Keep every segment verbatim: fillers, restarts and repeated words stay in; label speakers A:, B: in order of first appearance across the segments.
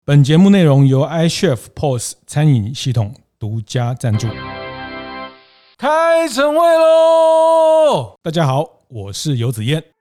A: 本节目内容由 iChef P O S 餐饮系统独家赞助。开晨会喽！大家好，我是游子燕。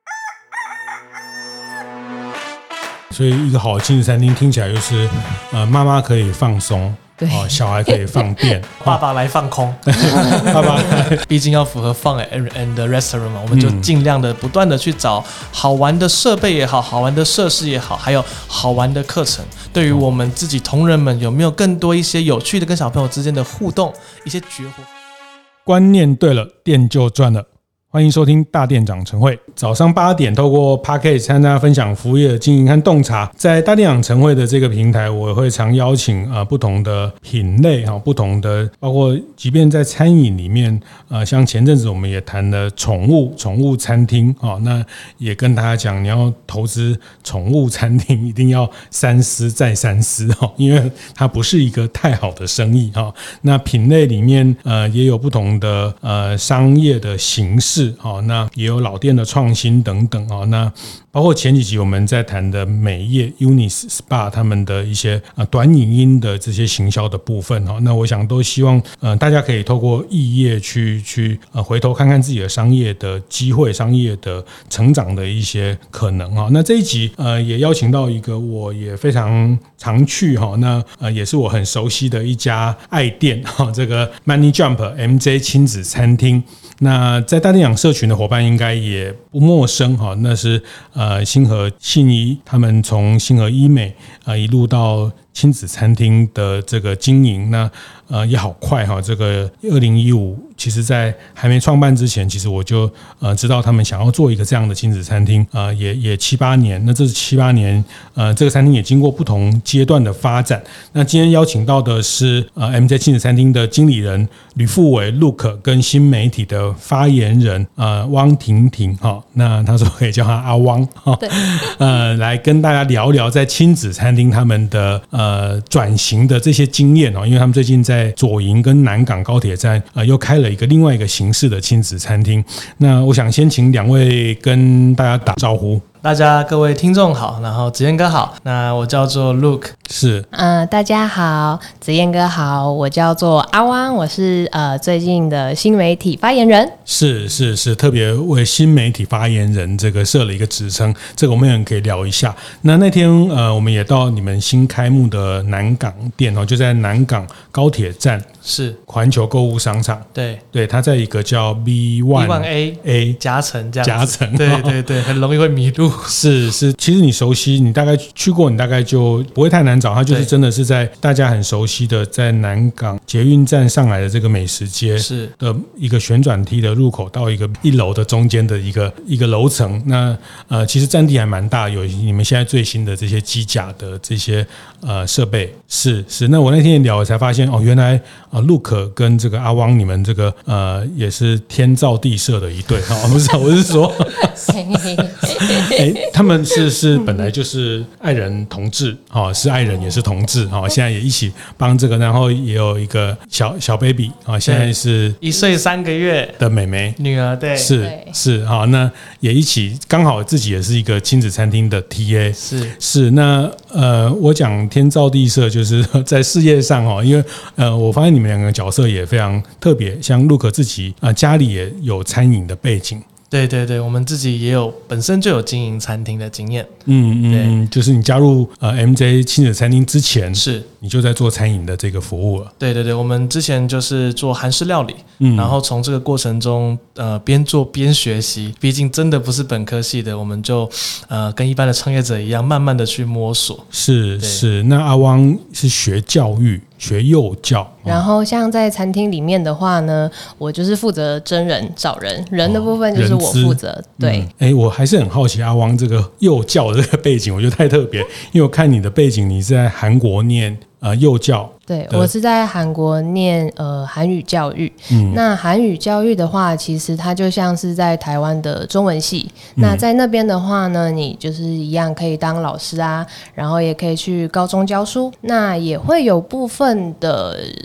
A: 所以一个好的亲子餐厅听起来就是，呃，妈妈可以放松。哦，小孩可以放电，
B: 爸爸来放空。
A: 爸爸，
B: 毕竟要符合 fun and restaurant 嘛，我们就尽量的不断的去找好玩的设备也好，好玩的设施也好，还有好玩的课程。对于我们自己同仁们，有没有更多一些有趣的跟小朋友之间的互动，一些绝活？
A: 观念对了，店就赚了。欢迎收听大店长晨会，早上八点透过 Podcast 参加分享服务业的经营和洞察。在大店长晨会的这个平台，我会常邀请呃不同的品类哈，不同的包括即便在餐饮里面，呃像前阵子我们也谈了宠物宠物餐厅啊，那也跟大家讲，你要投资宠物餐厅一定要三思再三思哈，因为它不是一个太好的生意哈。那品类里面呃也有不同的呃商业的形式。哦，那也有老店的创新等等哦，那包括前几集我们在谈的美业 Unis Spa 他们的一些呃短影音的这些行销的部分哈，那我想都希望呃大家可以透过异业去去呃回头看看自己的商业的机会、商业的成长的一些可能哈。那这一集呃也邀请到一个我也非常常去哈，那呃也是我很熟悉的一家爱店哈，这个 Money Jump M J 亲子餐厅。那在大店长社群的伙伴应该也不陌生哈，那是呃星河信一他们从星河医美啊、呃、一路到亲子餐厅的这个经营，那呃也好快哈。这个二零一五，其实在还没创办之前，其实我就呃知道他们想要做一个这样的亲子餐厅，呃也也七八年。那这是七八年，呃这个餐厅也经过不同阶段的发展。那今天邀请到的是呃 M J 亲子餐厅的经理人吕富伟 Luke 跟新媒体的发言人呃汪婷婷哈，那他说可以叫他阿汪哈，呃来跟大家聊聊在亲子餐厅他们的呃转型的这些经验哦，因为他们最近在左营跟南港高铁站呃又开了一个另外一个形式的亲子餐厅。那我想先请两位跟大家打招呼。
B: 大家各位听众好，然后子燕哥好，那我叫做 Luke，
C: 是，嗯、呃，大家好，子燕哥好，我叫做阿汪，我是呃最近的新媒体发言人，
A: 是是是，特别为新媒体发言人这个设了一个职称，这个我们也可以聊一下。那那天呃，我们也到你们新开幕的南港店哦，就在南港高铁站，
B: 是
A: 环球购物商场，
B: 对对，
A: 它在一个叫 B 一
B: A A 夹层这样，
A: 夹层，
B: 对对对，很容易会迷路。
A: 是是，其实你熟悉，你大概去过，你大概就不会太难找。它就是真的是在大家很熟悉的，在南港捷运站上来的这个美食街是的一个旋转梯的入口到一个一楼的中间的一个一个楼层。那呃，其实占地还蛮大，有你们现在最新的这些机甲的这些呃设备，是是。那我那天也聊，才发现哦，原来啊 ，Luke 跟这个阿汪你们这个呃也是天造地设的一对啊，不是，我是说。欸、他们是是本来就是爱人同志哈，是爱人也是同志哈，现在也一起帮这个，然后也有一个小小 baby 啊，现在是
B: 一岁三个月
A: 的妹妹
B: 女儿，对，
A: 是是哈，那也一起刚好自己也是一个亲子餐厅的 T A，
B: 是
A: 是那呃，我讲天造地设就是在事业上哈，因为呃，我发现你们两个角色也非常特别，像 Luke 自己啊、呃，家里也有餐饮的背景。
B: 对对对，我们自己也有本身就有经营餐厅的经验。
A: 嗯嗯，就是你加入呃 M J 亲子餐厅之前，
B: 是
A: 你就在做餐饮的这个服务了。
B: 对对对，我们之前就是做韩式料理，嗯，然后从这个过程中，呃，边做边学习。毕竟真的不是本科系的，我们就呃跟一般的创业者一样，慢慢的去摸索。
A: 是是，那阿汪是学教育。学幼教，
C: 然后像在餐厅里面的话呢，我就是负责真人找人，人的部分就是我负责。哦、对，
A: 哎、嗯欸，我还是很好奇阿汪这个幼教的这个背景，我觉得太特别，因为我看你的背景，你是在韩国念呃幼教。
C: 对，我是在韩国念呃韩语教育、嗯、那韩语教育的话其实它就像是在台湾的中文系、嗯、那在那边的话呢你就是一样可以当老师啊，然后也可以去高中教书，那也会有部分的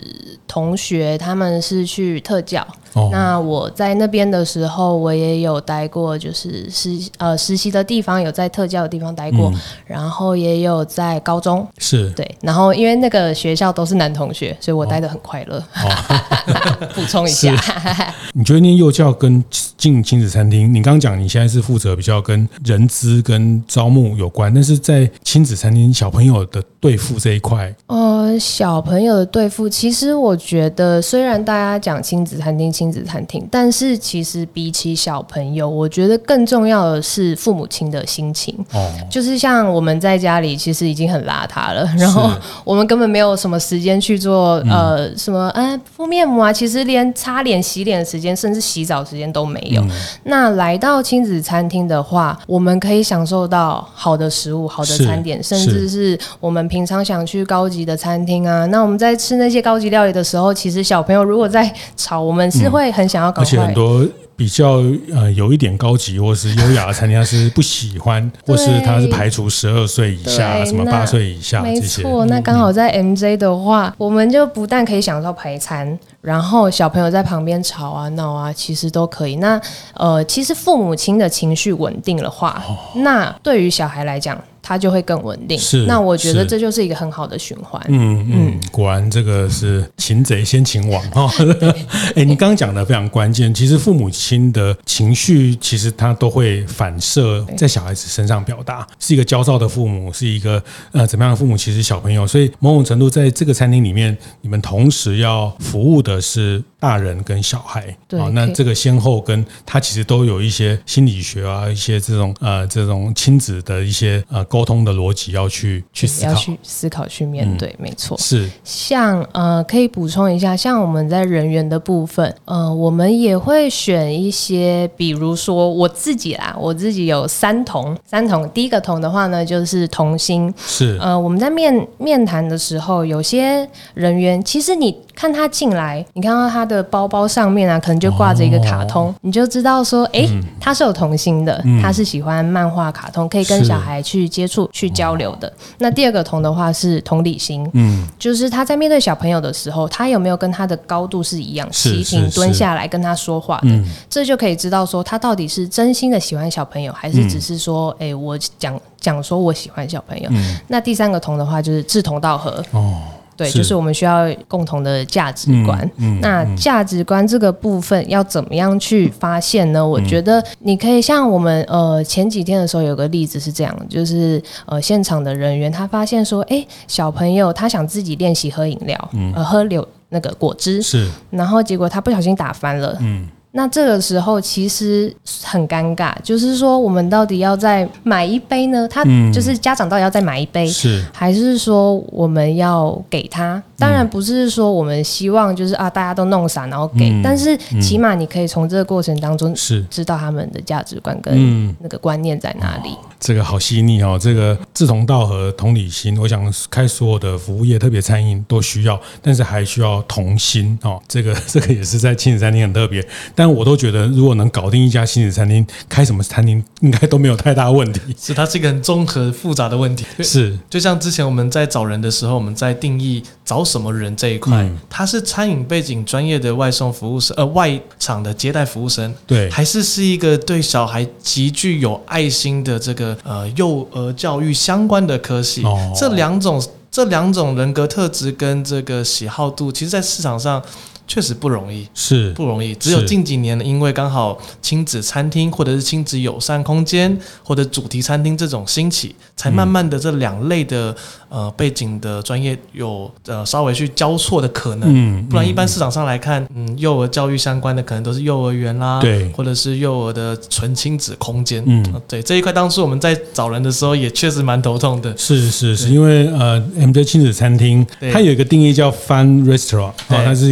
C: 同学他们是去特教。哦、那我在那边的时候，我也有待过，就是实呃实习的地方有在特教的地方待过，嗯、然后也有在高中，
A: 是
C: 对，然后因为那个学校都是男同学，所以我待得很快乐。补、哦、充一下，
A: 你觉得念幼教跟进亲子餐厅，你刚刚讲你现在是负责比较跟人资跟招募有关，但是在亲子餐厅小朋友的对付这一块，
C: 呃，小朋友的对付，其实我觉得虽然大家讲亲子餐厅，亲子餐厅，但是其实比起小朋友，我觉得更重要的是父母亲的心情。哦，就是像我们在家里其实已经很邋遢了，然后我们根本没有什么时间去做、嗯、呃什么呃敷面膜啊，其实连擦脸、洗脸的时间，甚至洗澡时间都没有。嗯、那来到亲子餐厅的话，我们可以享受到好的食物、好的餐点，甚至是我们平常想去高级的餐厅啊。那我们在吃那些高级料理的时候，其实小朋友如果在吵，我们是会很想要赶快、嗯、
A: 而且很多比较呃有一点高级或是优雅的餐厅，他是不喜欢，或是他是排除十二岁以下、什么八岁以下这些。
C: 没错，那刚好在 M J 的话、嗯，我们就不但可以享受排餐，然后小朋友在旁边吵啊闹啊，其实都可以。那呃，其实父母亲的情绪稳定的话，哦、那对于小孩来讲，它就会更稳定。是，那我觉得这就是一个很好的循环。
A: 嗯嗯，果然这个是擒贼先擒王哈。哎、欸，你刚刚讲的非常关键，其实父母亲的情绪其实他都会反射在小孩子身上表达，是一个焦躁的父母，是一个呃怎么样的父母，其实小朋友，所以某种程度在这个餐厅里面，你们同时要服务的是大人跟小孩。对、哦，那这个先后跟他其实都有一些心理学啊，一些这种呃这种亲子的一些呃沟通的逻辑要去去思考，
C: 要去思考去面对，嗯、没错。
A: 是
C: 像呃可以补充一下，像我们在人员的部分，呃我们也会选一些，比如说我自己啦，我自己有三同，三同第一个同的话呢，就是同心。是呃我们在面面谈的时候，有些人员其实你看他进来，你看到他的包包上面啊，可能就挂着一个卡通，哦、你就知道说，哎、欸嗯，他是有童心的、嗯，他是喜欢漫画、卡通，可以跟小孩去接触、去交流的。那第二个同的话是同理心，嗯，就是他在面对小朋友的时候，他有没有跟他的高度是一样，齐平蹲下来跟他说话的，这就可以知道说他到底是真心的喜欢小朋友，还是只是说，哎、欸，我讲讲说我喜欢小朋友。嗯、那第三个同的话就是志同道合。哦。对，就是我们需要共同的价值观。嗯嗯、那价值观这个部分要怎么样去发现呢？嗯、我觉得你可以像我们呃前几天的时候有个例子是这样，就是呃现场的人员他发现说，哎，小朋友他想自己练习喝饮料，嗯、呃喝柳那个果汁，是，然后结果他不小心打翻了。嗯。那这个时候其实很尴尬，就是说我们到底要再买一杯呢？他就是家长到底要再买一杯，是、嗯、还是说我们要给他？当然不是说我们希望就是啊大家都弄傻然后给、嗯，但是起码你可以从这个过程当中是知道他们的价值观跟那个观念在哪里。嗯、
A: 这个好细腻哦，这个志同道合、同理心，我想开所有的服务业，特别餐饮都需要，但是还需要同心哦。这个这个也是在亲子餐厅很特别，但我都觉得如果能搞定一家亲子餐厅，开什么餐厅应该都没有太大问题。
B: 是，它是一个很综合复杂的问题。是，就像之前我们在找人的时候，我们在定义找什么人这一块，嗯、他是餐饮背景专业的外送服务生，呃，外场的接待服务生，对，还是是一个对小孩极具有爱心的这个呃幼儿教育相关的科系，哦、这两种这两种人格特质跟这个喜好度，其实在市场上确实不容易，是不容易。只有近几年，因为刚好亲子餐厅或者是亲子友善空间或者主题餐厅这种兴起，才慢慢的这两类的呃背景的专业有呃稍微去交错的可能。嗯，不然一般市场上来看，嗯，幼儿教育相关的可能都是幼儿园啦，对，或者是幼儿的纯亲子空间。嗯，对，这一块当初我们在找人的时候也确实蛮头痛的。
A: 是是是，因为呃 M J 亲子餐厅它有一个定义叫 Fun Restaurant，哦，它是一个有趣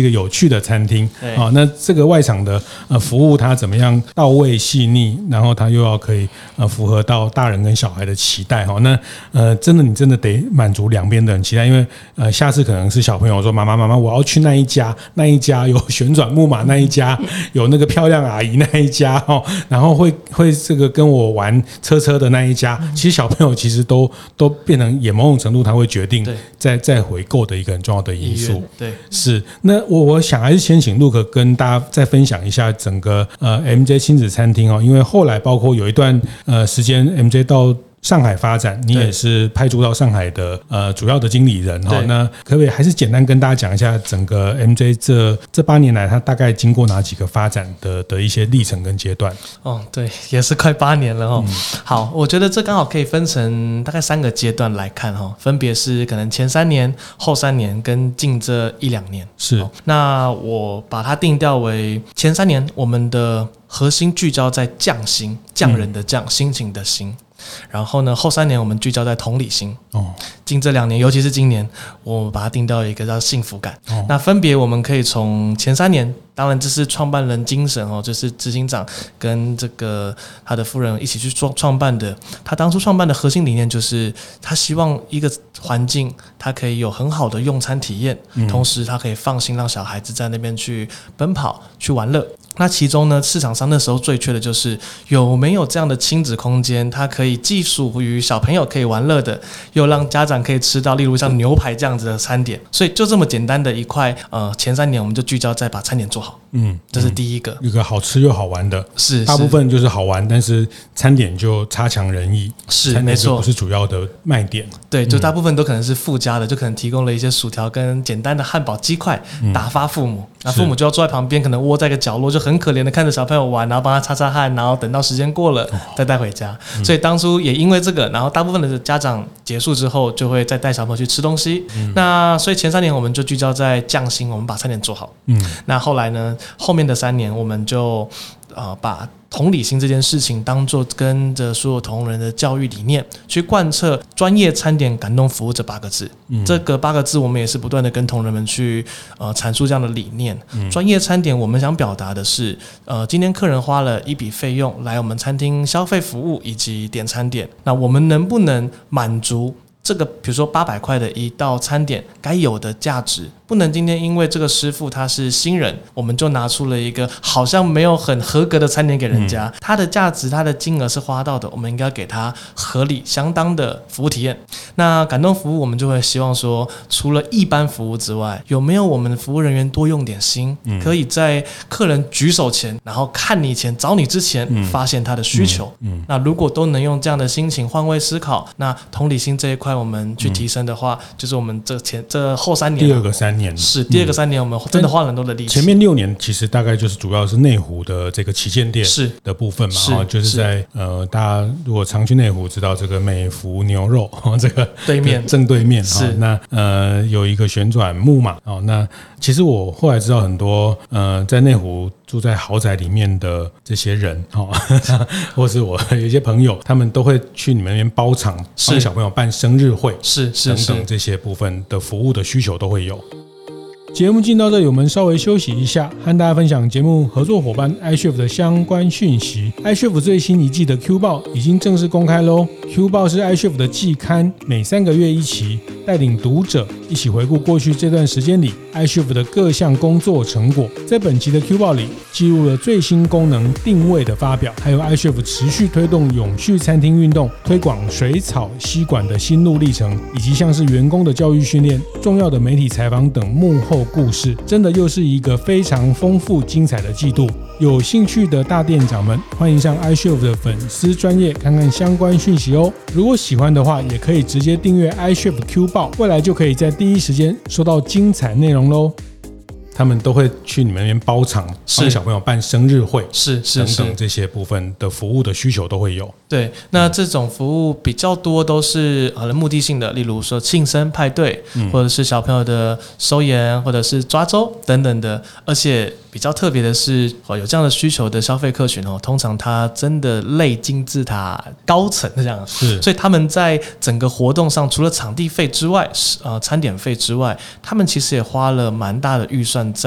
A: 去的餐厅啊。那这个外场的呃服务它怎么样到位细腻，然后它又要可以呃符合到大人跟小孩的期待哈。那呃真的你真的得满足两边的人期待，因为呃下次可能是小朋友说妈妈妈妈我要去那一家，那一家有旋转木马，那一家有那个漂亮阿姨，那一家哈，然后会会这个跟我玩车车的那一家，其实小朋友其实都都变成也某种程度他会决定再再回购的一个很重要的因素。
B: 对，
A: 是。那我我想还是先请Luke跟大家再分享一下整个呃 M J 亲子餐厅哦，因为后来包括有一段呃时间 M J 到上海发展，你也是派驻到上海的呃主要的经理人哈。那可不可以还是简单跟大家讲一下整个 M J 这这八年来，它大概经过哪几个发展的的一些历程跟阶段？
B: 哦，对，也是快八年了哦。嗯、好，我觉得这刚好可以分成大概三个阶段来看哈，分别是可能前三年、后三年跟近这一两年。
A: 是、
B: 哦，那我把它定调为前三年，我们的核心聚焦在匠心，匠人的匠，嗯、心情的心。然后呢，后三年我们聚焦在同理心。哦，近这两年，尤其是今年，我把它定到一个叫幸福感。哦，那分别我们可以从前三年，当然这是创办人精神哦，就是执行长跟这个他的夫人一起去创创办的。他当初创办的核心理念就是，他希望一个环境，他可以有很好的用餐体验，嗯、同时他可以放心让小孩子在那边去奔跑、去玩乐。那其中呢，市场上那时候最缺的就是有没有这样的亲子空间，它可以既属于小朋友可以玩乐的，又让家长可以吃到，例如像牛排这样子的餐点。所以就这么简单的一块，呃，前三年我们就聚焦在把餐点做好。嗯，这是第一个，
A: 一个好吃又好玩的，
B: 是
A: 大部分就是好玩，但是餐点就差强人意，
B: 是没错，
A: 不是主要的卖点。
B: 对，就大部分都可能是附加的，就可能提供了一些薯条跟简单的汉堡、鸡块，打发父母。那父母就要坐在旁边，可能窝在一个角落，就很可怜的看着小朋友玩，然后帮他擦擦汗，然后等到时间过了再带回家。嗯、所以当初也因为这个，然后大部分的家长结束之后，就会再带小朋友去吃东西。嗯、那所以前三年我们就聚焦在匠心，我们把餐点做好。嗯，那后来呢，后面的三年我们就呃把同理心这件事情当作跟着所有同仁的教育理念去贯彻专业餐点感动服务这八个字。嗯、这个八个字我们也是不断的跟同仁们去呃阐述这样的理念。嗯、专业餐点我们想表达的是，呃，今天客人花了一笔费用来我们餐厅消费服务以及点餐点，那我们能不能满足这个比如说八百块的一道餐点该有的价值？不能今天因为这个师傅他是新人，我们就拿出了一个好像没有很合格的餐点给人家。嗯、他的价值、他的金额是花到的，我们应该给他合理相当的服务体验。那感动服务，我们就会希望说，除了一般服务之外，有没有我们的服务人员多用点心，嗯、可以在客人举手前，然后看你前、找你之前，嗯、发现他的需求。嗯嗯、那如果都能用这样的心情换位思考，那同理心这一块我们去提升的话，嗯、就是我们这前这后三年、啊、
A: 第二个三年。
B: 是第二个三年，我们真的花了很多的力气。
A: 前面六年其实大概就是主要是内湖的这个旗舰店的部分嘛，是就是在呃，大家如果常去内湖，知道这个美福牛肉这个
B: 对面
A: 正对面
B: 是
A: 那呃有一个旋转木马哦。那其实我后来知道很多呃在内湖住在豪宅里面的这些人哦，或是我有一些朋友，他们都会去你们那边包场，帮小朋友办生日会，
B: 是是
A: 等等这些部分的服务的需求都会有。节目进到这里，我们稍微休息一下，和大家分享节目合作伙伴 iChef 的相关讯息。iChef 最新一季的 Q 报已经正式公开喽。Q 报是 iChef 的季刊，每三个月一期，带领读者一起回顾过去这段时间里 iChef 的各项工作成果。在本期的 Q 报里，记录了最新功能定位的发表，还有 iChef 持续推动永续餐厅运动、推广水草吸管的心路历程，以及像是员工的教育训练、重要的媒体采访等幕后故事，真的又是一个非常丰富精彩的季度。有兴趣的大店长们，欢迎上 iChef 的粉丝专页看看相关讯息哦。如果喜欢的话，也可以直接订阅 iChef Q 报，未来就可以在第一时间收到精彩内容喽。他们都会去你们那边包场，帮小朋友办生日会，
B: 是是
A: 等等这些部分的服务的需求都会有。
B: 对，那这种服务比较多都是呃目的性的，例如说庆生派对，嗯、或者是小朋友的收研，或者是抓周等等的。而且比较特别的是，哦，有这样的需求的消费客群哦，通常他真的类金字塔高层这样，
A: 是，
B: 所以他们在整个活动上，除了场地费之外，呃，餐点费之外，他们其实也花了蛮大的预算在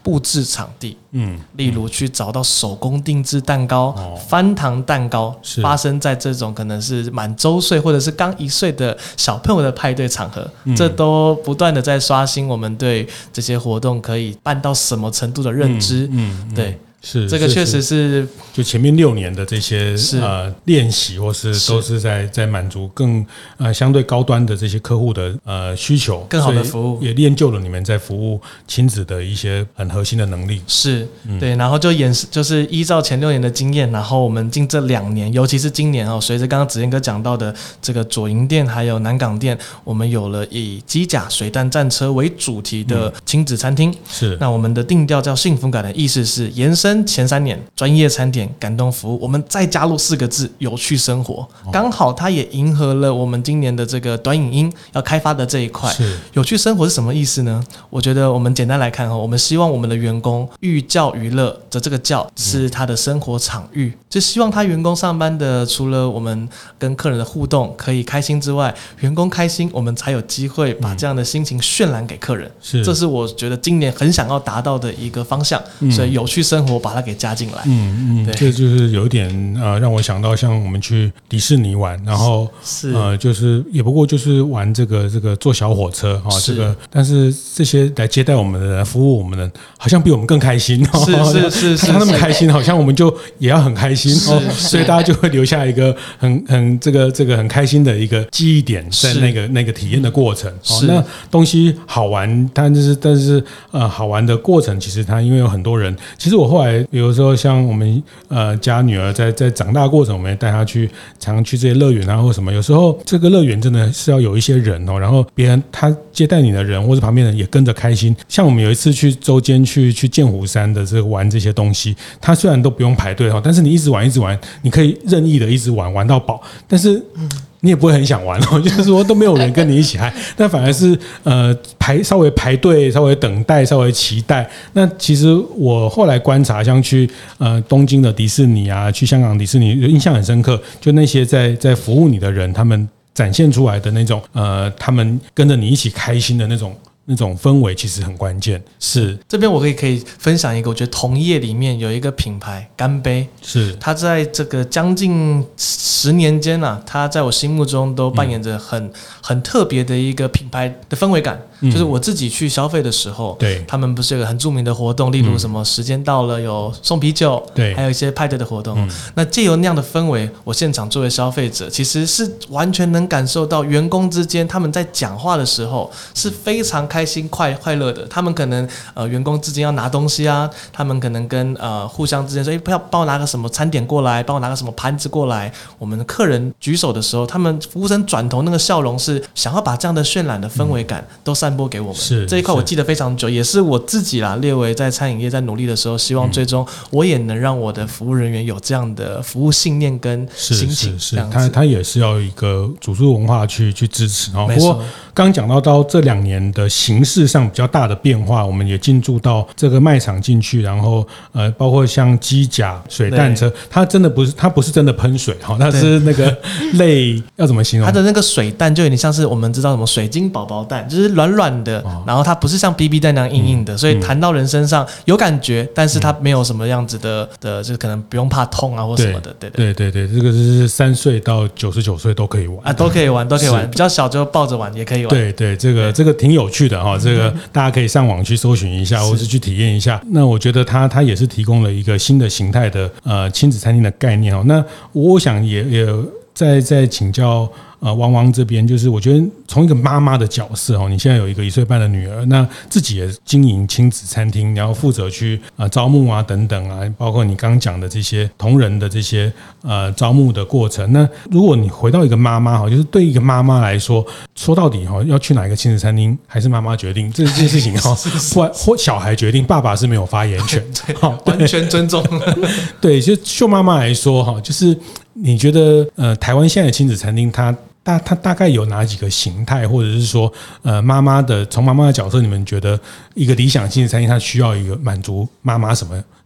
B: 布置场地，嗯，例如去找到手工定制蛋糕、哦、翻糖蛋糕，发生在这种可能是满周岁或者是刚一岁的小朋友的派对场合，嗯、这都不断的在刷新我们对这些活动可以办到什么程度的认知，嗯，嗯嗯对。
A: 是
B: 这个确实是，
A: 就前面六年的这些呃练习，或是都是在在满足更呃相对高端的这些客户的呃需求，
B: 更好的服务，
A: 也练就了你们在服务亲子的一些很核心的能力。
B: 是，嗯、对，然后就演就是依照前六年的经验，然后我们近这两年，尤其是今年哦，随着刚刚子健哥讲到的这个左营店还有南港店，我们有了以机甲水弹战车为主题的亲子餐厅。嗯、
A: 是，
B: 那我们的定调叫幸福感的意思是延伸。前三年专业餐点感动服务，我们再加入四个字有趣生活，刚好它也迎合了我们今年的这个短影音要开发的这一块。有趣生活是什么意思呢？我觉得我们简单来看，我们希望我们的员工寓教于乐的这个教是他的生活场域，就希望他员工上班的除了我们跟客人的互动可以开心之外，员工开心我们才有机会把这样的心情渲染给客人，是这是我觉得今年很想要达到的一个方向，嗯、所以有趣生活把它给加进来。
A: 嗯嗯，这就是有一点呃，让我想到像我们去迪士尼玩，然后
B: 是
A: 呃，就是也不过就是玩这个这个坐小火车哈、哦，这个，但是这些来接待我们的人、服务我们的人，好像比我们更开心哦。
B: 是是是是，
A: 他那么开心，好像我们就也要很开心哦，所以大家就会留下一个很很这个这个很开心的一个记忆点，在那个那个体验的过程。哦，那东西好玩，但是但是呃，好玩的过程，其实它因为有很多人，其实我后来比如说像我们呃家女儿在在长大过程，我们也带她去常去这些乐园啊或什么，有时候这个乐园真的是要有一些人哦，然后别人他接待你的人或者旁边人也跟着开心。像我们有一次去周间去去剑湖山的这个玩这些东西，它虽然都不用排队哈，但是你一直玩一直玩，你可以任意的一直玩玩到饱，但是你也不会很想玩哦，就是说都没有人跟你一起嗨，但反而是呃排稍微排队、稍微等待、稍微期待。那其实我后来观察，像去呃东京的迪士尼啊，去香港迪士尼，印象很深刻，就那些在在服务你的人，他们展现出来的那种呃，他们跟着你一起开心的那种。那种氛围其实很关键。是
B: 这边我可以可以分享一个，我觉得同业里面有一个品牌干杯，是它在这个将近十年间啊，它在我心目中都扮演着很、嗯、很特别的一个品牌的氛围感。嗯、就是我自己去消费的时候，对，他们不是有个很著名的活动，例如什么时间到了有送啤酒，对，还有一些派对的活动。嗯、那借由那样的氛围，我现场作为消费者，其实是完全能感受到员工之间他们在讲话的时候是非常开心快快乐的。他们可能呃员工之间要拿东西啊，他们可能跟呃互相之间说，哎，不要帮我拿个什么餐点过来，帮我拿个什么盘子过来。我们的客人举手的时候，他们服务生转头那个笑容是想要把这样的渲染的氛围感都散播给我们。是这一块我记得非常久，也是我自己啦列为在餐饮业在努力的时候，希望最终我也能让我的服务人员有这样的服务信念跟心情。是是是，他
A: 他也是要一个组织文化去去支持啊。不过刚讲到到这两年的形式上比较大的变化，我们也进驻到这个卖场进去，然后呃，包括像机甲、水弹车，它真的不是它不是真的喷水哈，它是那个类要怎么形容？
B: 它的那个水弹就有点像是我们知道什么水晶宝宝弹，就是软软的。哦、然后它不是像 B B 弹那样硬硬的，嗯、所以弹到人身上有感觉，嗯、但是它没有什么样子的的，就可能不用怕痛啊或什么的。对
A: 对对对对，这个是三岁到九十九岁都可以玩
B: 啊，都可以玩，都可以玩。比较小就抱着玩也可以玩。
A: 对对，这个这个挺有趣的哈，这个大家可以上网去搜寻一下，或是去体验一下。那我觉得它它也是提供了一个新的形态的呃亲子餐厅的概念哦。那我想也也再再请教。呃，汪汪这边就是我觉得从一个妈妈的角色哦，你现在有一个一岁半的女儿，那自己也经营亲子餐厅，然后负责去呃招募啊等等啊，包括你刚刚讲的这些同仁的这些呃招募的过程。那如果你回到一个妈妈哈，就是对一个妈妈来说，说到底哈，要去哪一个亲子餐厅还是妈妈决定这件事情哈，或或小孩决定，爸爸是没有发言权，
B: 好，完全尊重。
A: 对，就就妈妈来说哈，就是你觉得呃台湾现在的亲子餐厅它。大它大概有哪几个形态，或者是说，呃，妈妈的从妈妈的角色，你们觉得一个理想亲子餐厅，它需要一个满足妈妈什么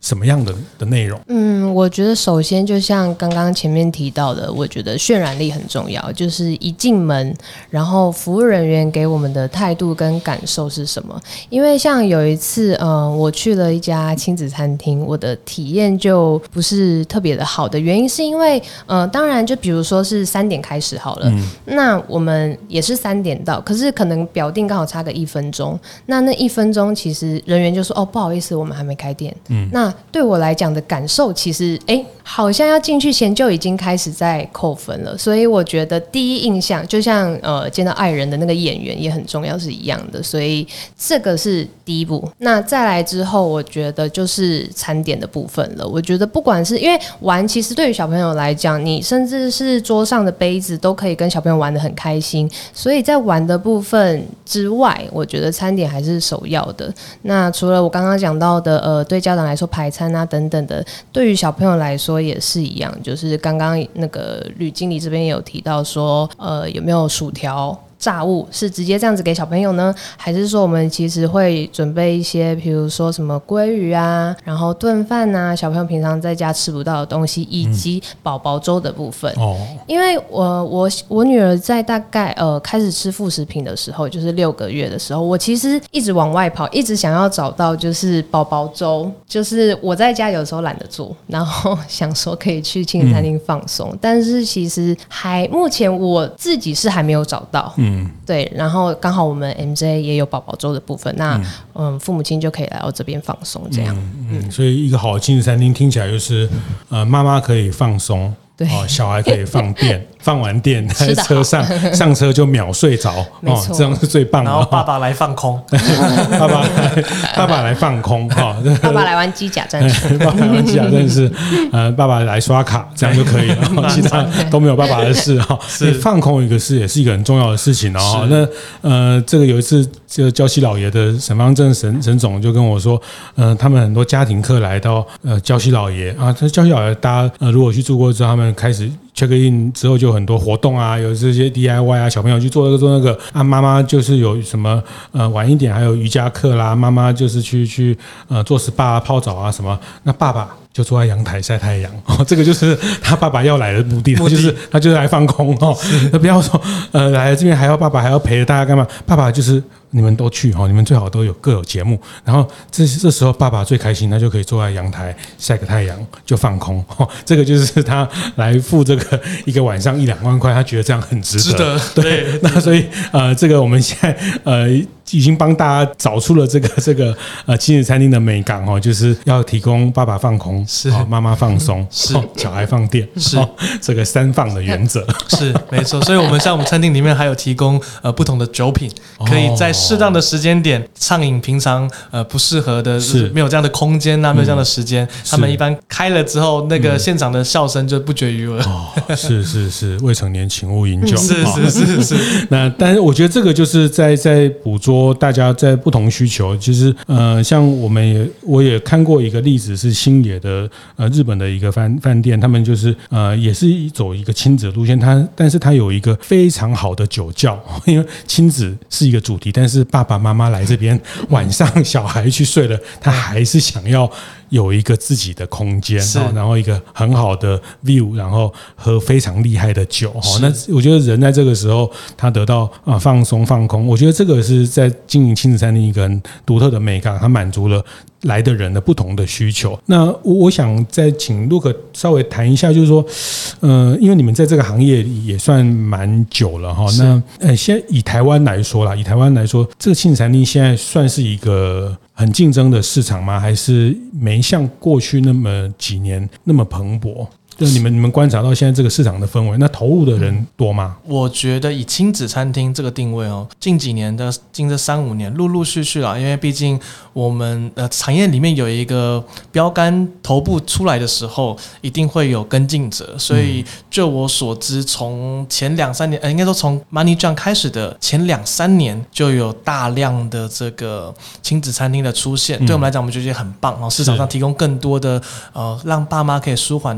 A: 什么样的的内容？
C: 嗯，我觉得首先就像刚刚前面提到的，我觉得渲染力很重要，就是一进门，然后服务人员给我们的态度跟感受是什么。因为像有一次，呃，我去了一家亲子餐厅，我的体验就不是特别的好的原因是因为，呃，当然就比如说是三点开始好了，嗯、那我们也是三点到，可是可能表定刚好差个一分钟，那那一分钟其实人员就说哦不好意思，我们还没开店。嗯，那对我来讲的感受其实，哎，好像要进去前就已经开始在扣分了，所以我觉得第一印象就像呃见到爱人的那个演员也很重要是一样的，所以这个是第一步。那再来之后，我觉得就是餐点的部分了。我觉得不管是因为玩，其实对于小朋友来讲，你甚至是桌上的杯子都可以跟小朋友玩得很开心，所以在玩的部分之外，我觉得餐点还是首要的。那除了我刚刚讲到的，呃，对家长来说排餐啊等等的，对于小朋友来说也是一样，就是刚刚那个吕经理这边也有提到说，呃，有没有薯条？炸物是直接这样子给小朋友呢，还是说我们其实会准备一些比如说什么鲑鱼啊，然后炖饭啊，小朋友平常在家吃不到的东西，以及宝宝粥的部分、嗯、因为我我我女儿在大概呃开始吃副食品的时候，就是六个月的时候，我其实一直往外跑，一直想要找到就是宝宝粥，就是我在家有时候懒得做，然后想说可以去亲子餐厅放松、嗯、但是其实还目前我自己是还没有找到。嗯嗯，对，然后刚好我们 M J 也有宝宝粥的部分，那 嗯, 嗯，父母亲就可以来到这边放松，这样。
A: 嗯, 嗯，所以一个好的亲子餐厅听起来就是，呃，妈妈可以放松。对哦，小孩可以放电，放完电在车上上车就秒睡着，哦，这样是最棒的。
B: 然后爸爸来放空，
A: 爸爸来爸爸来放空哈，哦、
C: 爸爸来玩机甲战士，
A: 爸爸来玩机甲战士，呃，爸爸来刷卡，这样就可以了，哦、其他都没有爸爸的事哈。所以放空一个是也是一个很重要的事情哦。那呃，这个有一次，这个礁溪老爷的沈方正沈沈总就跟我说，呃，他们很多家庭客来到呃礁溪老爷啊，这礁溪老爷大家呃如果去住过之后，他们开始 check in 之后就有很多活动啊，有这些 D I Y 啊，小朋友去做这个做那个啊，妈妈就是有什么呃晚一点还有瑜伽课啦，妈妈就是去去呃做 S P A 泡澡啊什么，那爸爸就坐在阳台晒太阳哦，这个就是他爸爸要来的目的，目的就是他就是来放空哦，那不要说呃来这边还要爸爸还要陪着大家干嘛，爸爸就是你们都去哈，你们最好都有各有节目，然后这这时候爸爸最开心，他就可以坐在阳台晒个太阳就放空哦，这个就是他来付这个一个晚上一两万块，他觉得这样很值得，值得对，对那所以呃这个我们现在呃已经帮大家找出了这个这个呃亲子餐厅的美感哦，就是要提供爸爸放空，是哦、妈妈放松，是、哦、小孩放电，是、哦、这个三放的原则，
B: 是没错。所以我们像我们餐厅里面还有提供呃不同的酒品，可以在适当的时间点畅饮平常呃不适合的，是没有这样的空间啊，没有这样的时间，他们一般开了之后，那个现场的笑声就不绝于耳。
A: 哦，是是是，未成年请勿饮酒，
B: 是是是是。
A: 那但是我觉得这个就是在在捕捉大家在不同需求，其实呃，像我们也我也看过一个例子，是星野的呃日本的一个饭饭店，他们就是呃也是走一个亲子路线，它但是它有一个非常好的酒窖，因为亲子是一个主题，但是爸爸妈妈来这边晚上小孩去睡了，他还是想要有一个自己的空间，然后一个很好的 view， 然后喝非常厉害的酒，那我觉得人在这个时候他得到啊放松放空，我觉得这个是在经营亲子餐厅一个很独特的美感，它满足了来的人的不同的需求。那我想再请 Luke 稍微谈一下，就是说，呃，因为你们在这个行业也算蛮久了哈，那呃，现在以台湾来说啦，以台湾来说，这个亲子餐厅现在算是一个很竞争的市场吗？还是没像过去那么几年那么蓬勃？就你们你们观察到现在这个市场的氛围，那投入的人多吗？
B: 我觉得以亲子餐厅这个定位哦，近几年的近这三五年陆陆续续啦，因为毕竟我们呃产业里面有一个标杆头部出来的时候，一定会有跟进者，所以就我所知，从前两三年，呃，应该说从 Money Junk 开始的前两三年，就有大量的这个亲子餐厅的出现。嗯、对我们来讲，我们就觉得很棒哦，市场上提供更多的呃让爸妈可以舒缓的环境。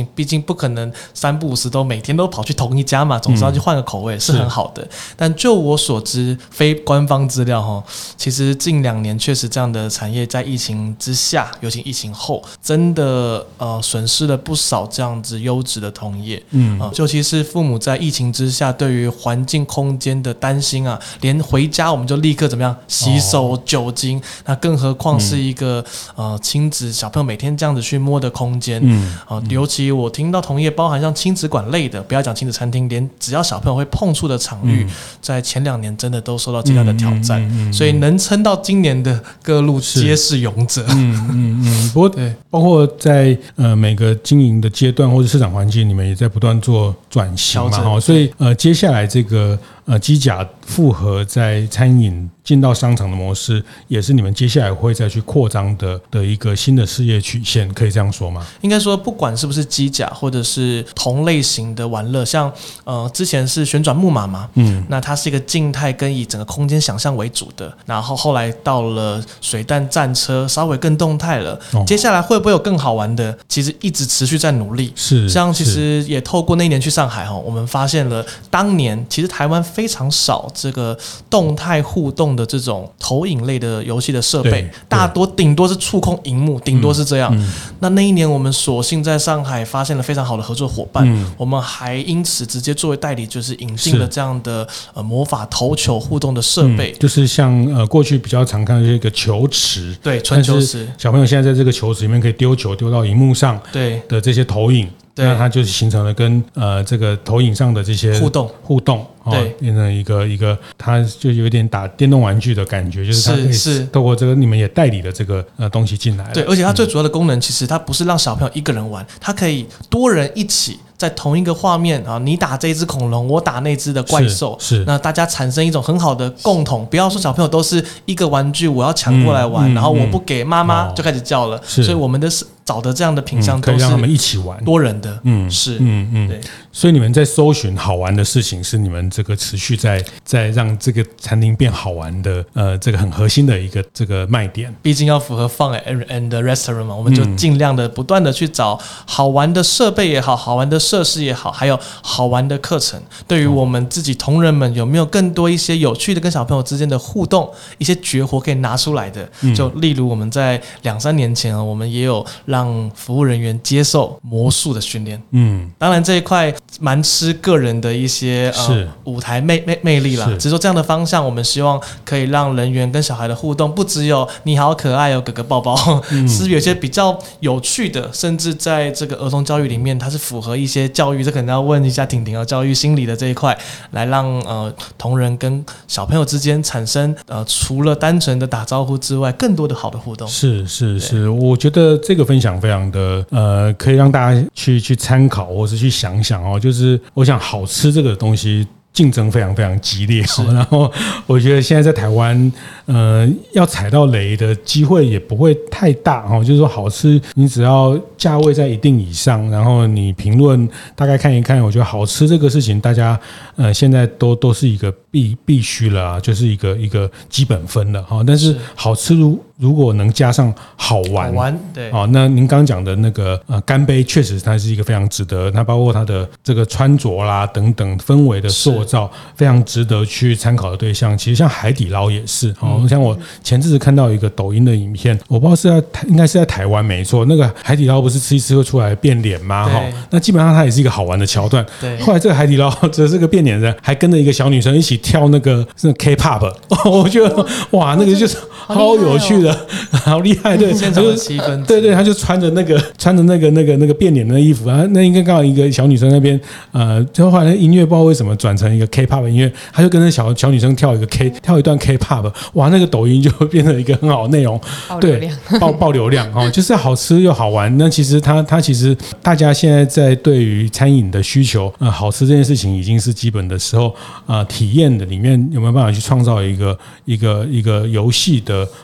B: 情，毕竟不可能三不五时都每天都跑去同一家嘛，总是要去换个口味，嗯、是很好的。但就我所知，非官方资料哈，其实近两年确实这样的产业在疫情之下，尤其疫情后，真的呃损失了不少这样子优质的同业。嗯、呃，尤其是父母在疫情之下对于环境空间的担心啊，连回家我们就立刻怎么样洗手、哦、酒精，那更何况是一个、嗯、呃亲子小朋友每天这样子去摸的空间。嗯，呃，尤其我听到同业包含像亲子馆类的，不要讲亲子餐厅，连只要小朋友会碰触的场域，嗯、在前两年真的都受到极大的挑战，嗯嗯嗯嗯、所以能撑到今年的各路皆是勇者。
A: 嗯嗯嗯。不过对，包括在呃每个经营的阶段或者市场环境，你们也在不断做转型嘛，哈，所以呃接下来这个呃机甲复合在餐饮进到商场的模式，也是你们接下来会再去扩张的的一个新的事业曲线，可以这样说吗？
B: 应该说，不管是不是机甲，或者是同类型的玩乐，像呃之前是旋转木马嘛，嗯，那它是一个静态跟以整个空间想象为主的，然后后来到了水弹战车，稍微更动态了。哦、接下来会不会有更好玩的？其实一直持续在努力。
A: 是，
B: 像其实也透过那一年去上海哈，我们发现了当年其实台湾非常少这个动态互动的这种投影类的游戏的设备，大多顶多是触控萤幕，顶多是这样。嗯嗯、那那一年我们索性在上海发现了非常好的合作伙伴，嗯、我们还因此直接作为代理，就是引进了这样的呃魔法投球互动的设备，
A: 嗯、就是像呃过去比较常看到一个球池，
B: 对，传球池，
A: 小朋友现在在这个球池里面可以丢球丢到萤幕上，对的这些投影。那它就是形成了跟呃这个投影上的这些
B: 互动
A: 互动，对，变成一个一个，它就有点打电动玩具的感觉，就是它可以透过这个你们也代理了这个呃东西进来，
B: 对，而且它最主要的功能其实它不是让小朋友一个人玩，它可以多人一起。在同一个画面啊，你打这一只恐龙，我打那只的怪兽，是，是那大家产生一种很好的共同，不要说小朋友都是一个玩具，我要抢过来玩，嗯嗯、然后我不给妈妈就开始叫了，所以我们的找的这样的品项都是、
A: 嗯、可以让他们一起玩，
B: 多人的，嗯，是，
A: 嗯嗯，对。所以你们在搜寻好玩的事情，是你们这个持续在在让这个餐厅变好玩的，呃，这个很核心的一个这个卖点。
B: 毕竟要符合 fun and restaurant 嘛，我们就尽量的不断的去找好玩的设备也好，好玩的设施也好，还有好玩的课程。对于我们自己同仁们，有没有更多一些有趣的跟小朋友之间的互动，一些绝活可以拿出来的？就例如我们在两三年前啊，我们也有让服务人员接受魔术的训练。嗯，当然这一块。蛮吃个人的一些呃舞台魅魅魅力啦，只是说这样的方向，我们希望可以让人员跟小孩的互动，不只有你好可爱哦，哥哥抱抱，嗯、是有些比较有趣的，甚至在这个儿童教育里面，它是符合一些教育，这可能要问一下婷婷啊，教育心理的这一块，来让呃同仁跟小朋友之间产生呃除了单纯的打招呼之外，更多的好的互动。
A: 是是是，我觉得这个分享非常的呃，可以让大家去去参考，或是去想想哦。就是我想好吃这个东西竞争非常非常激烈，然后我觉得现在在台湾，呃，要踩到雷的机会也不会太大哈。就是说好吃，你只要价位在一定以上，然后你评论大概看一看，我觉得好吃这个事情，大家呃现在都都是一个必必须了啊，就是一个一个基本分了哈。但是好吃如如果能加上好玩，
B: 好玩对
A: 啊，那您刚刚讲的那个呃干杯，确实它是一个非常值得，它包括它的这个穿着啦等等氛围的塑造，非常值得去参考的对象。其实像海底捞也是哦，嗯、像我前阵子看到一个抖音的影片，我不知道是在应该是在台湾没错，那个海底捞不是吃一吃会出来变脸吗？哈，那基本上它也是一个好玩的桥段。对，后来这个海底捞的这个变脸人还跟着一个小女生一起跳那个那 K-pop， 我觉得哇，那个就是好有趣的。好厉害，对，
B: 现场的气氛，
A: 对对，他就穿着那个穿着那个那个那个变脸的衣服啊，那应该刚好一个小女生那边，呃，就后来那音乐不知道为什么转成一个 K-pop 音乐，他就跟着小小女生跳一个 K 跳一段 K-pop， 哇，那个抖音就变成一个很好的内容，对，爆爆流量哦，就是好吃又好玩。那其实它它其实大家现在在对于餐饮的需求，呃，好吃这件事情已经是基本的时候，啊、呃，体验的里面有没有办法去创造一个一个一个游戏的好玩的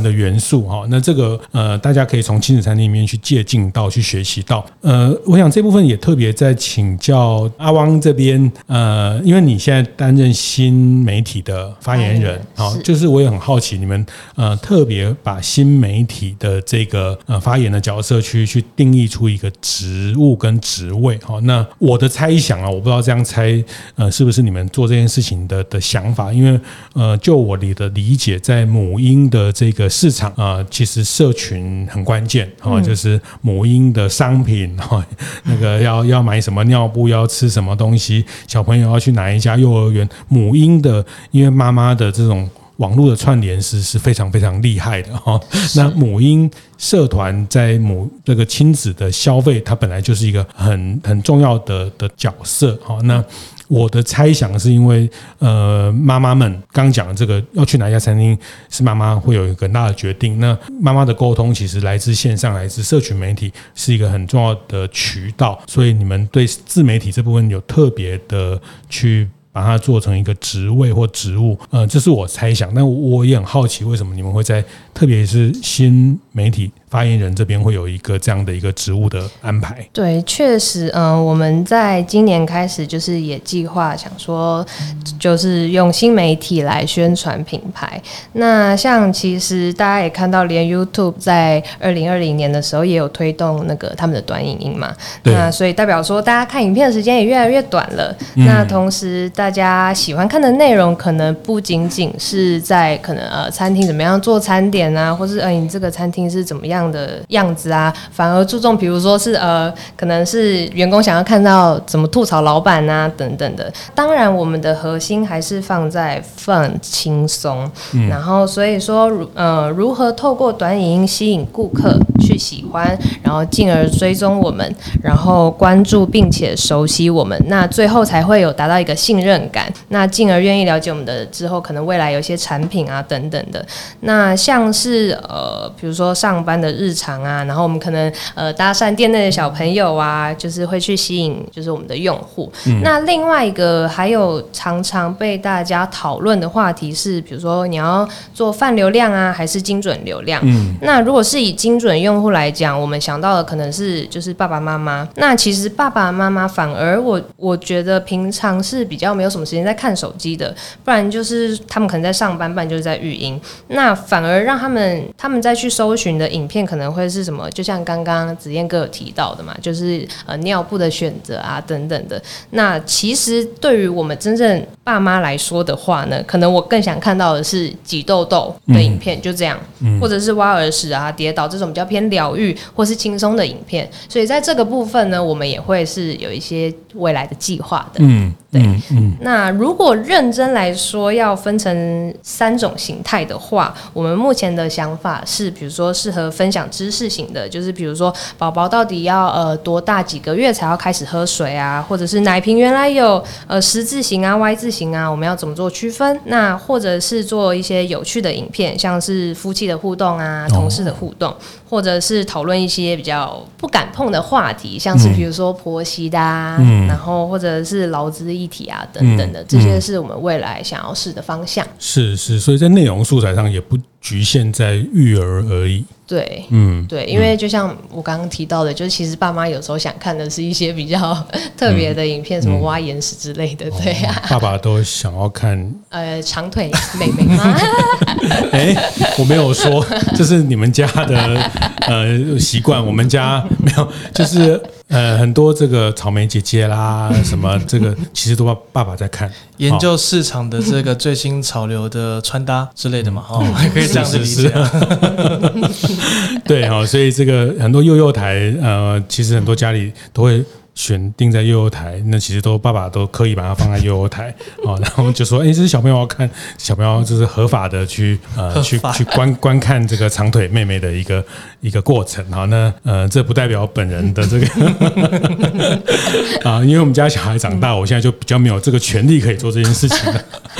A: 的元素哈。那这个呃，大家可以从亲子餐厅里面去借鉴到，去学习到。呃，我想这部分也特别在请教阿汪这边，呃，因为你现在担任新媒体的发言人，好、哎，就是我也很好奇，你们呃特别把新媒体的这个呃发言的角色去去定义出一个职务跟职位，好，那我的猜想啊，我不知道这样猜呃是不是你们做这件事情的的想法，因为呃就我的理解，在母婴的这个市场啊、呃，其实社群很关键哈、哦，就是母婴的商品哈、哦，那个要要买什么尿布，要吃什么东西，小朋友要去哪一家幼儿园，母婴的，因为妈妈的这种网络的串联是是非常非常厉害的哈、哦。那母婴社团在母这个亲子的消费，它本来就是一个很很重要的的角色哈、哦。那我的猜想是因为，呃，妈妈们刚讲的这个要去哪一家餐厅，是妈妈会有一个很大的决定。那妈妈的沟通其实来自线上，来自社群媒体，是一个很重要的渠道。所以你们对自媒体这部分有特别的去把它做成一个职位或职务，呃，这是我猜想。但我也很好奇，为什么你们会在，特别是新媒体发言人这边会有一个这样的一个职务的安排？
C: 对，确实，嗯、呃，我们在今年开始就是也计划想说，就是用新媒体来宣传品牌。那像其实大家也看到，连 YouTube 在二零二零年的时候也有推动那个他们的短影音嘛，那所以代表说大家看影片的时间也越来越短了。嗯、那同时大家喜欢看的内容可能不仅仅是在可能呃餐厅怎么样做餐点啊，或是呃你这个餐厅是怎么样的样子啊，反而注重比如说是呃可能是员工想要看到怎么吐槽老板啊等等的。当然我们的核心还是放在 fun 轻松、嗯、然后所以说呃如何透过短影音吸引顾客去喜欢，然后进而追踪我们，然后关注并且熟悉我们，那最后才会有达到一个信任感，那进而愿意了解我们的之后可能未来有些产品啊等等的。那像是呃比如说上班的日常啊，然后我们可能呃搭讪店内的小朋友啊，就是会去吸引就是我们的用户、嗯、那另外一个还有常常被大家讨论的话题是，比如说你要做泛流量啊还是精准流量、嗯、那如果是以精准用户来讲，我们想到的可能是就是爸爸妈妈。那其实爸爸妈妈反而我我觉得平常是比较没有什么时间在看手机的，不然就是他们可能在上班，不然就是在育婴，那反而让他们他们再去搜寻的影片可能会是什么，就像刚刚子燕哥有提到的嘛，就是呃尿布的选择啊等等的。那其实对于我们真正爸妈来说的话呢，可能我更想看到的是挤痘痘的影片、嗯、就这样、嗯、或者是挖耳屎啊跌倒这种比较偏疗愈或是轻松的影片。所以在这个部分呢，我们也会是有一些未来的计划的。嗯，对，嗯嗯。那如果认真来说要分成三种形态的话，我们目前的想法是，比如说适合分享知识型的，就是比如说宝宝到底要呃多大几个月才要开始喝水啊，或者是奶瓶原来有呃十字形啊 Y 字形啊，我们要怎么做区分？那或者是做一些有趣的影片，像是夫妻的互动啊，同事的互动，或者是讨论一些比较不敢碰的话题，像是比如说婆媳的啊、嗯、然后或者是劳资议题啊等等的、嗯、这些是我们未来想要试的方向。是
A: 是，所以在内容素材上也不局限在育儿而已。
C: 对，嗯，对，因为就像我刚刚提到的，就是其实爸妈有时候想看的是一些比较特别的影片，嗯、什么挖眼屎之类的，对啊、哦，
A: 爸爸都想要看
C: 呃长腿妹妹吗？
A: 哎、欸，我没有说这是你们家的呃习惯，我们家没有，就是呃很多这个草莓姐姐啦，什么这个其实都爸爸在看，
B: 研究市场的这个最新潮流的穿搭之类的嘛，哦，可以这样子理解。
A: 对哈，所以这个很多幼幼台，呃，其实很多家里都会选定在幼幼台，那其实都爸爸都刻意把它放在幼幼台，哦，然后就说，哎、欸，这是小朋友要看，小朋友就是合法的去呃去去观观看这个长腿妹妹的一个一个过程，好，那呃这不代表本人的这个啊，因为我们家小孩长大，我现在就比较没有这个权利可以做这件事情了。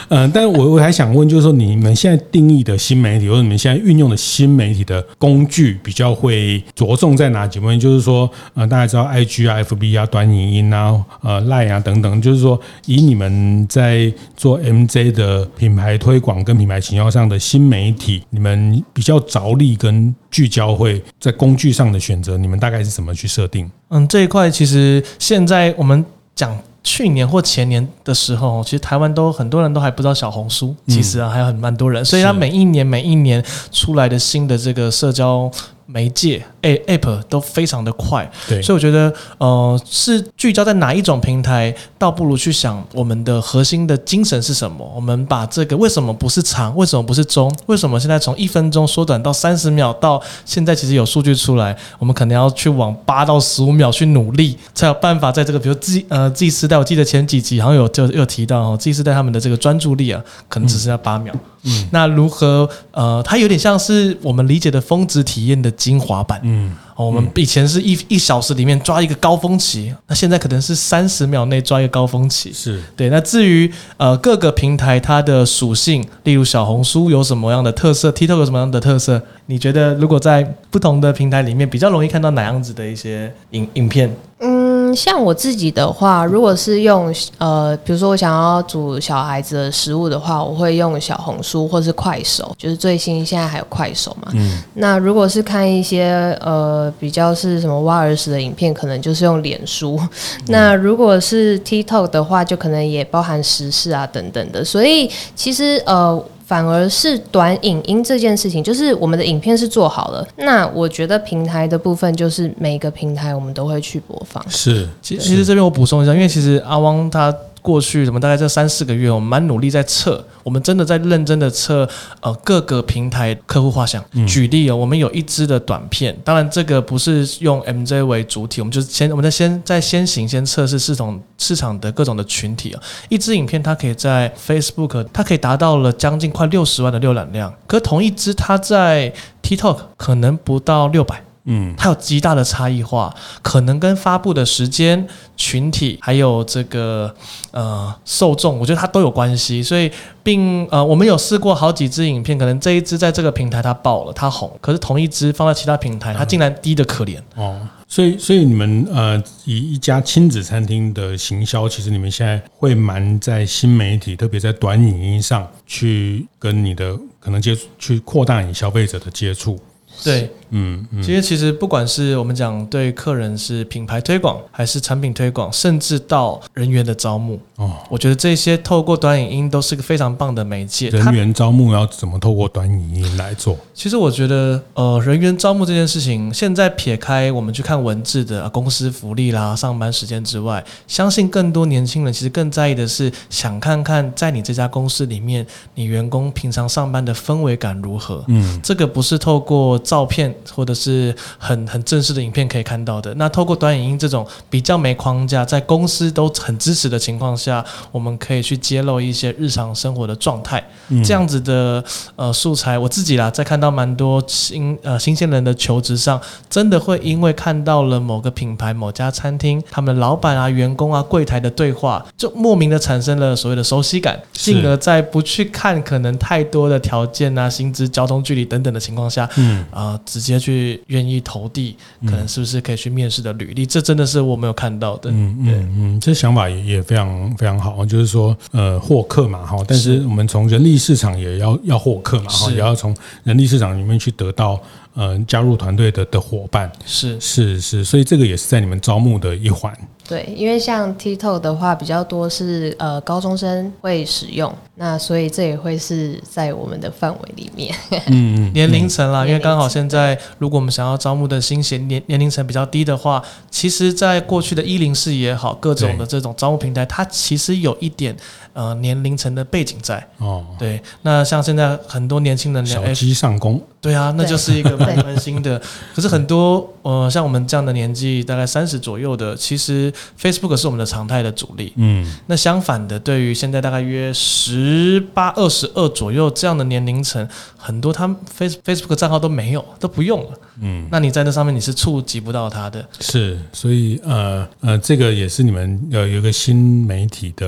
A: 嗯、呃，但我我还想问，就是说你们现在定义的新媒体，或者你们现在运用的新媒体的工具，比较会着重在哪几部分？就是说，呃，大家知道 I G 啊、F B 啊、短影音啊、呃 Line 啊等等，就是说，以你们在做 M J 的品牌推广跟品牌行销上的新媒体，你们比较着力跟聚焦会在工具上的选择，你们大概是怎么去设定？
B: 嗯，这一块其实现在我们讲去年或前年的时候，其实台湾都很多人都还不知道小红书，其实啊还有很蛮多人，所以它每一年每一年出来的新的这个社交媒介 App 都非常的快，对，所以我觉得呃是聚焦在哪一种平台，倒不如去想我们的核心的精神是什么。我们把这个为什么不是长，为什么不是中，为什么现在从一分钟缩短到三十秒，到现在其实有数据出来，我们可能要去往八到十五秒去努力，才有办法在这个比如 Z 呃 Z 世代，我记得前几集好像有就有提到哦 ，Z 世代他们的这个专注力啊，可能只剩下八秒。嗯，那如何呃，它有点像是我们理解的峰值体验的精华版。嗯。我们以前是一一小时里面抓一个高峰期，那现在可能是三十秒内抓一个高峰期。是对。那至于呃各个平台它的属性，例如小红书有什么样的特色 ，TikTok 有什么样的特色？你觉得如果在不同的平台里面比较容易看到哪样子的一些影影片？
C: 嗯，像我自己的话，如果是用呃，比如说我想要煮小孩子的食物的话，我会用小红书或是快手，就是最新现在还有快手嘛。嗯。那如果是看一些呃比较是什么挖耳屎的影片，可能就是用脸书。嗯、那如果是 TikTok 的话，就可能也包含时事啊等等的。所以其实呃。反而是短影音这件事情，就是我们的影片是做好了，那我觉得平台的部分就是每个平台我们都会去播放。
B: 是，其实其实这边我补充一下，因为其实阿汪他过去什么大概这三四个月，我们蛮努力在测，我们真的在认真的测呃各个平台客户画像。嗯、举例哦，我们有一支的短片，当然这个不是用 M J 为主体，我们就是先我们在先在先行先测试市场市场的各种的群体哦。一支影片它可以在 Facebook 它可以达到了将近快六十万的浏览量，可同一支它在 TikTok 可能不到六百。嗯，它有极大的差异化，可能跟发布的时间、群体还有这个呃受众，我觉得它都有关系。所以，并呃，我们有试过好几支影片，可能这一支在这个平台它爆了，它红，可是同一支放在其他平台，它竟然低得可怜。嗯、哦，
A: 所以，所以你们呃，以一家亲子餐厅的行销，其实你们现在会蛮在新媒体，特别在短影音上去跟你的可能接触，去扩大你消费者的接触。
B: 对，嗯，嗯其实其实不管是我们讲对客人是品牌推广，还是产品推广，甚至到人员的招募，哦，我觉得这些透过短影音都是个非常棒的媒介。
A: 人员招募要怎么透过短影音来做？
B: 其实我觉得，呃，人员招募这件事情，现在撇开我们去看文字的、啊、公司福利啦、上班时间之外，相信更多年轻人其实更在意的是，想看看在你这家公司里面，你员工平常上班的氛围感如何。嗯，这个不是透过照片或者是很很正式的影片可以看到的。那透过短影音这种比较没框架，在公司都很支持的情况下，我们可以去揭露一些日常生活的状态。嗯、这样子的呃素材，我自己啦，在看到蛮多新呃新鲜人的求职上，真的会因为看到了某个品牌、某家餐厅，他们的老板啊、员工啊、柜台的对话，就莫名的产生了所谓的熟悉感，进而在不去看可能太多的条件啊、薪资、交通距离等等的情况下，嗯啊。呃直接去愿意投递，可能是不是可以去面试的履历？嗯、这真的是我没有看到的。嗯
A: 嗯嗯，这想法也也非常非常好，就是说，呃，获客嘛，哈，但是我们从人力市场也要要获客嘛，哈，也要从人力市场里面去得到呃加入团队的的伙伴。是是是，所以这个也是在你们招募的一环。
C: 对，因为像 TikTok 的话比较多是呃高中生会使用，那所以这也会是在我们的范围里面。
B: 嗯，年龄层啦，因为刚好现在如果我们想要招募的新血年年龄层比较低的话，其实在过去的一零四也好，各种的这种招募平台，它其实有一点呃年龄层的背景在。哦，对，那像现在很多年轻人
A: 小鸡上工。
B: 对啊，那就是一个蛮温馨的。可是很多呃，像我们这样的年纪，大概三十左右的，其实 Facebook 是我们的常态的主力。嗯，那相反的，对于现在大概约十八、二十二左右这样的年龄层，很多他们 Face Facebook 账号都没有，都不用了。嗯，那你在那上面你是触及不到他的。
A: 是，所以呃呃，这个也是你们有有一个新媒体的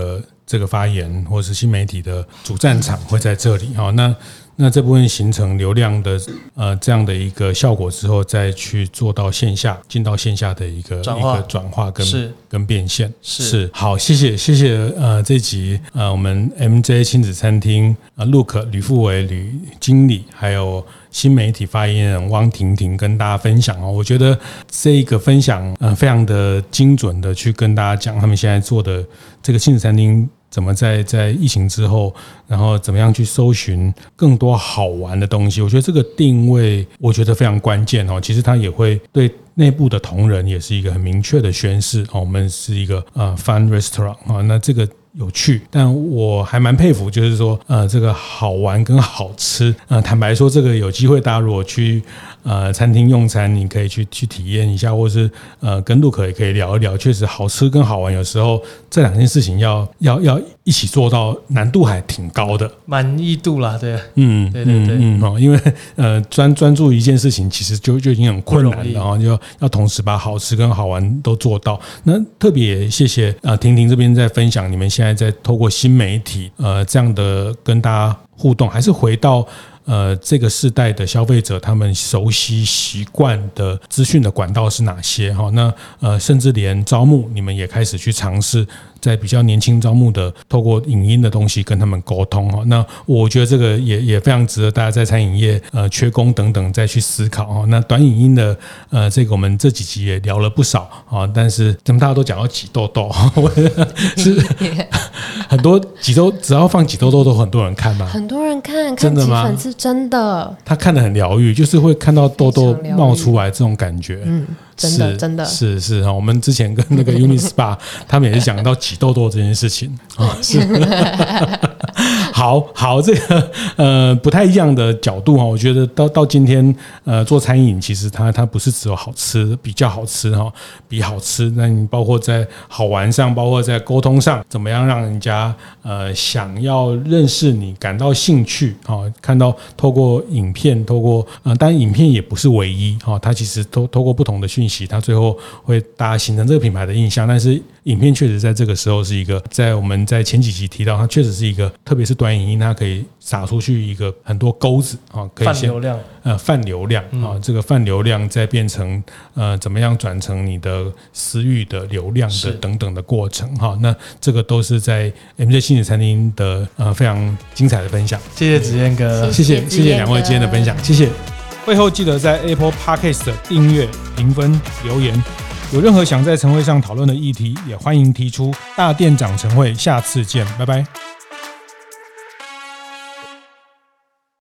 A: 这个发言或是新媒体的主战场会在这里。好，那那这部分形成流量的呃这样的一个效果之后，再去做到线下进到线下的一个
B: 转化
A: 一个转化跟
B: 是
A: 跟变现。
B: 是
A: 是好，谢谢谢谢呃这集呃我们 M J 亲子餐厅呃 Look 吕富伟吕经理还有新媒体发言人汪婷婷跟大家分享哦，我觉得这个分享呃非常的精准的去跟大家讲他们现在做的这个亲子餐厅怎么在在疫情之后，然后怎么样去搜寻更多好玩的东西。我觉得这个定位我觉得非常关键哦，其实它也会对内部的同仁也是一个很明确的宣示哦，我们是一个呃 fun restaurant 啊，那这个有趣，但我还蛮佩服，就是说，呃，这个好玩跟好吃，呃，坦白说，这个有机会，大家如果去呃餐厅用餐，你可以去去体验一下，或是呃跟Look也可以聊一聊。确实，好吃跟好玩，有时候这两件事情要要要一起做到，难度还挺高的，
B: 满意度啦，对，
A: 嗯，
B: 对对对，
A: 嗯嗯，因为呃专专注一件事情，其实就就已经很困难了，然后就要同时把好吃跟好玩都做到。那特别谢谢呃婷婷这边在分享，你们现在在透过新媒体呃这样的跟大家互动，还是回到呃这个世代的消费者他们熟悉习惯的资讯的管道是哪些哈？那呃甚至连招募你们也开始去尝试。在比较年轻招募的，透过影音的东西跟他们沟通哈，那我觉得这个也也非常值得大家在餐饮业呃缺工等等再去思考哈。那短影音的呃这个我们这几集也聊了不少啊，但是怎么大家都讲到挤痘痘，是很多挤痘只要放挤痘痘都很多人看吗？
C: 很多人看，
A: 真的吗？
C: 看挤粉是真的，
A: 他看得很疗愈，就是会看到痘痘冒出来这种感觉，
C: 嗯。真的真的
A: 是是哈，我们之前跟那个 Unispa 他们也是讲到挤痘痘这件事情啊，是好好这个呃不太一样的角度哈，我觉得到到今天呃做餐饮其实它它不是只有好吃比较好吃哈，比好吃，那你包括在好玩上，包括在沟通上，怎么样让人家呃想要认识你感到兴趣啊？看到透过影片，透过呃当然影片也不是唯一哈，它其实透透过不同的讯息。它最后会大家形成这个品牌的印象，但是影片确实在这个时候是一个，在我们在前几集提到，它确实是一个，特别是短影音，它可以撒出去一个很多钩子啊，可以
B: 泛流量，
A: 呃，泛流量啊，这个泛流量再变成呃，怎么样转成你的私域的流量的等等的过程哈，那这个都是在 M J 亲子餐厅的呃非常精彩的分享。
B: 谢谢子燕哥，
A: 谢谢谢谢两位今天的分享，谢谢。会后记得在 Apple Podcast 订阅、评分、留言。有任何想在晨会上讨论的议题，也欢迎提出。大店长晨会，下次见，拜拜。